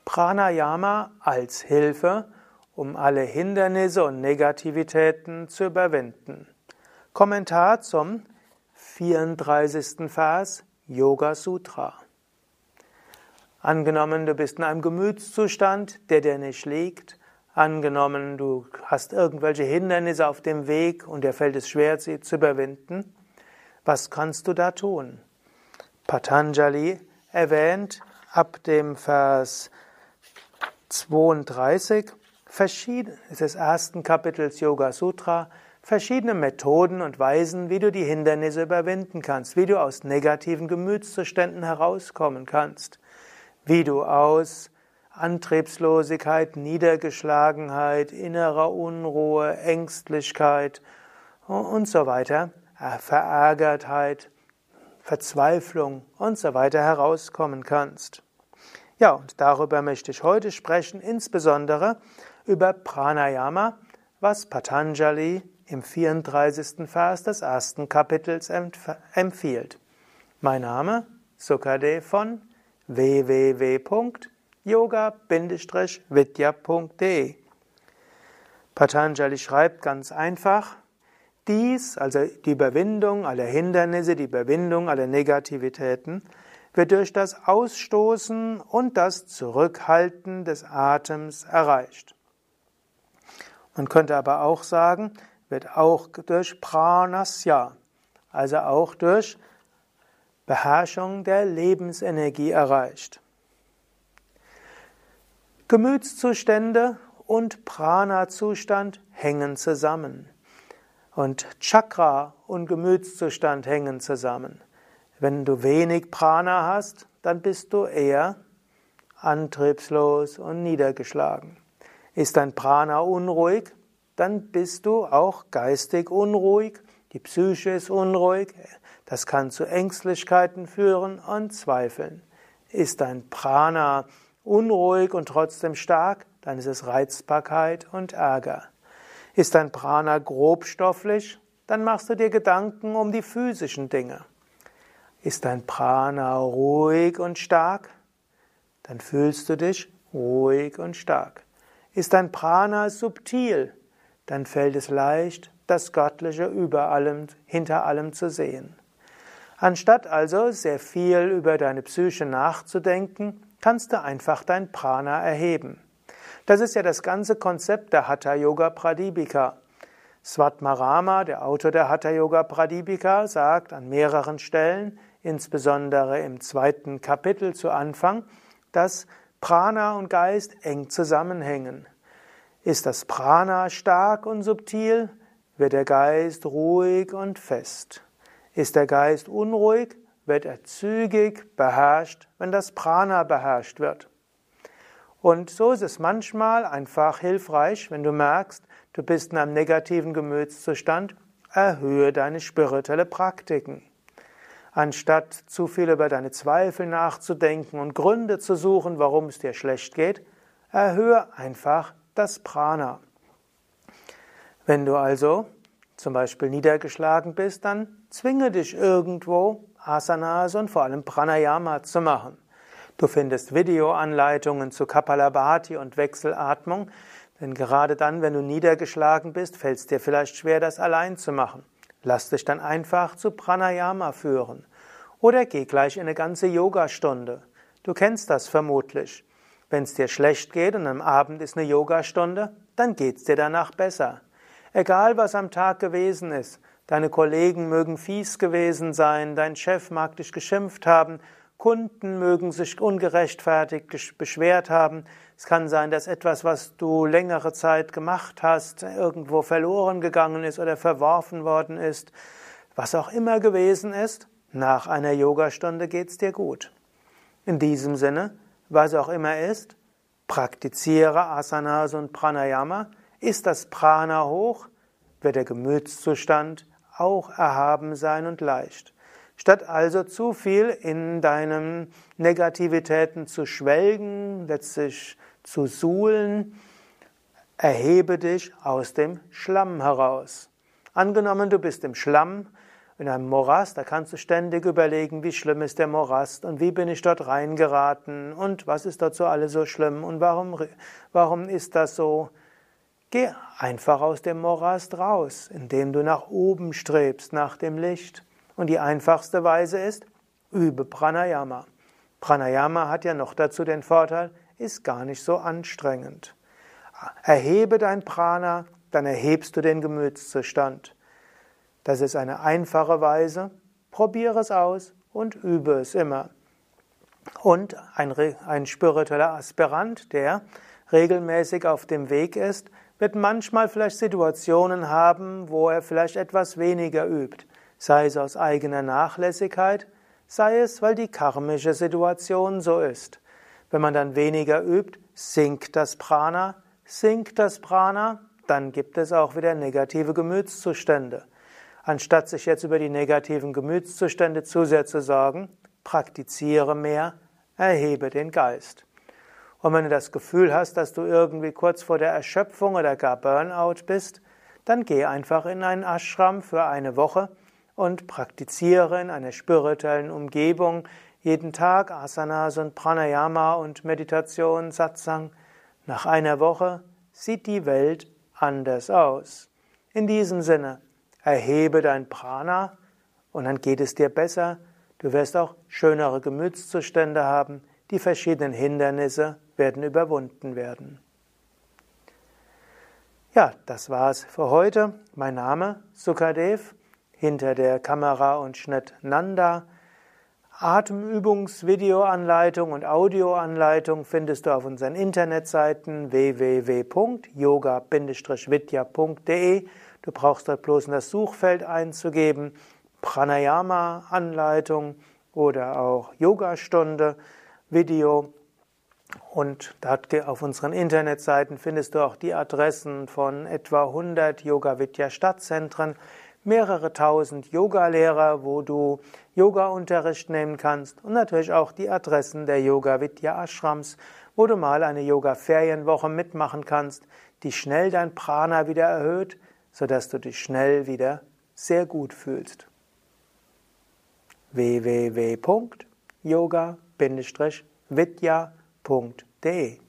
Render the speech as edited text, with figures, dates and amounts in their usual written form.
Pranayama als Hilfe, um alle Hindernisse und Negativitäten zu überwinden. Kommentar zum 34. Vers Yoga Sutra. Angenommen, du bist in einem Gemütszustand, der dir nicht liegt. Angenommen, du hast irgendwelche Hindernisse auf dem Weg und dir fällt es schwer, sie zu überwinden. Was kannst du da tun? Patanjali erwähnt ab dem Vers 32 des ersten Kapitels Yoga Sutra verschiedene Methoden und Weisen, wie du die Hindernisse überwinden kannst, wie du aus negativen Gemütszuständen herauskommen kannst, wie du aus Antriebslosigkeit, Niedergeschlagenheit, innerer Unruhe, Ängstlichkeit und so weiter, Verärgertheit, Verzweiflung und so weiter herauskommen kannst. Ja, und darüber möchte ich heute sprechen, insbesondere über Pranayama, was Patanjali im 34. Vers des ersten Kapitels empfiehlt. Mein Name Sukadev von www.yoga-vidya.de. Patanjali schreibt ganz einfach: Dies, also die Überwindung aller Hindernisse, die Überwindung aller Negativitäten, wird durch das Ausstoßen und das Zurückhalten des Atems erreicht. Man könnte aber auch sagen, wird auch durch Pranasya, also auch durch Beherrschung der Lebensenergie erreicht. Gemütszustände und Prana-Zustand hängen zusammen. Und Chakra und Gemütszustand hängen zusammen. Wenn du wenig Prana hast, dann bist du eher antriebslos und niedergeschlagen. Ist dein Prana unruhig, dann bist du auch geistig unruhig, die Psyche ist unruhig, das kann zu Ängstlichkeiten führen und Zweifeln. Ist dein Prana unruhig und trotzdem stark, dann ist es Reizbarkeit und Ärger. Ist dein Prana grobstofflich, dann machst du dir Gedanken um die physischen Dinge. Ist dein Prana ruhig und stark, dann fühlst du dich ruhig und stark. Ist dein Prana subtil, dann fällt es leicht, das Göttliche über allem, hinter allem zu sehen. Anstatt also sehr viel über deine Psyche nachzudenken, kannst du einfach dein Prana erheben. Das ist ja das ganze Konzept der Hatha Yoga Pradipika. Svatmarama, der Autor der Hatha Yoga Pradipika, sagt an mehreren Stellen, insbesondere im 2. Kapitel zu Anfang, dass Prana und Geist eng zusammenhängen. Ist das Prana stark und subtil, wird der Geist ruhig und fest. Ist der Geist unruhig, wird er zügig beherrscht, wenn das Prana beherrscht wird. Und so ist es manchmal einfach hilfreich, wenn du merkst, du bist in einem negativen Gemütszustand, erhöhe deine spirituelle Praktiken. Anstatt zu viel über deine Zweifel nachzudenken und Gründe zu suchen, warum es dir schlecht geht, erhöhe einfach das Prana. Wenn du also zum Beispiel niedergeschlagen bist, dann zwinge dich irgendwo, Asanas und vor allem Pranayama zu machen. Du findest Videoanleitungen zu Kapalabhati und Wechselatmung, denn gerade dann, wenn du niedergeschlagen bist, fällt es dir vielleicht schwer, das allein zu machen. Lass dich dann einfach zu Pranayama führen. Oder geh gleich in eine ganze Yogastunde. Du kennst das vermutlich. Wenn es dir schlecht geht und am Abend ist eine Yogastunde, dann geht es dir danach besser. Egal, was am Tag gewesen ist. Deine Kollegen mögen fies gewesen sein, dein Chef mag dich geschimpft haben, Kunden mögen sich ungerechtfertigt beschwert haben. Es kann sein, dass etwas, was du längere Zeit gemacht hast, irgendwo verloren gegangen ist oder verworfen worden ist. Was auch immer gewesen ist, nach einer Yogastunde geht's dir gut. In diesem Sinne, was auch immer ist, praktiziere Asanas und Pranayama. Ist das Prana hoch, wird der Gemütszustand auch erhaben sein und leicht. Statt also zu viel in deinen Negativitäten zu schwelgen, letztlich zu suhlen, erhebe dich aus dem Schlamm heraus. Angenommen, du bist im Schlamm In einem Morast, da kannst du ständig überlegen, wie schlimm ist der Morast und wie bin ich dort reingeraten und was ist dort so alles so schlimm und warum ist das so? Geh einfach aus dem Morast raus, indem du nach oben strebst, nach dem Licht. Und die einfachste Weise ist, übe Pranayama. Pranayama hat ja noch dazu den Vorteil, ist gar nicht so anstrengend. Erhebe dein Prana, dann erhebst du den Gemütszustand. Das ist eine einfache Weise. Probiere es aus und übe es immer. Und ein spiritueller Aspirant, der regelmäßig auf dem Weg ist, wird manchmal vielleicht Situationen haben, wo er vielleicht etwas weniger übt. Sei es aus eigener Nachlässigkeit, sei es, weil die karmische Situation so ist. Wenn man dann weniger übt, sinkt das Prana, dann gibt es auch wieder negative Gemütszustände. Anstatt sich jetzt über die negativen Gemütszustände zu sehr zu sorgen, praktiziere mehr, erhebe den Geist. Und wenn du das Gefühl hast, dass du irgendwie kurz vor der Erschöpfung oder gar Burnout bist, dann geh einfach in einen Ashram für eine Woche und praktiziere in einer spirituellen Umgebung jeden Tag Asanas und Pranayama und Meditation, Satsang. Nach einer Woche sieht die Welt anders aus. In diesem Sinne, erhebe dein Prana und dann geht es dir besser. Du wirst auch schönere Gemütszustände haben. Die verschiedenen Hindernisse werden überwunden werden. Ja, das war's für heute. Mein Name Sukadev, hinter der Kamera und Schnitt Nanda. Atemübungsvideoanleitung und Audioanleitung findest du auf unseren Internetseiten www.yoga-vidya.de. Du brauchst dort bloß in das Suchfeld einzugeben Pranayama-Anleitung oder auch Yogastunde, Video. Und dort auf unseren Internetseiten findest du auch die Adressen von etwa 100 Yoga-Vidya-Stadtzentren, mehrere tausend Yogalehrer, wo du Yoga-Unterricht nehmen kannst und natürlich auch die Adressen der Yoga-Vidya-Ashrams, wo du mal eine Yoga-Ferienwoche mitmachen kannst, die schnell dein Prana wieder erhöht, sodass du dich schnell wieder sehr gut fühlst. www.yoga-vidya.de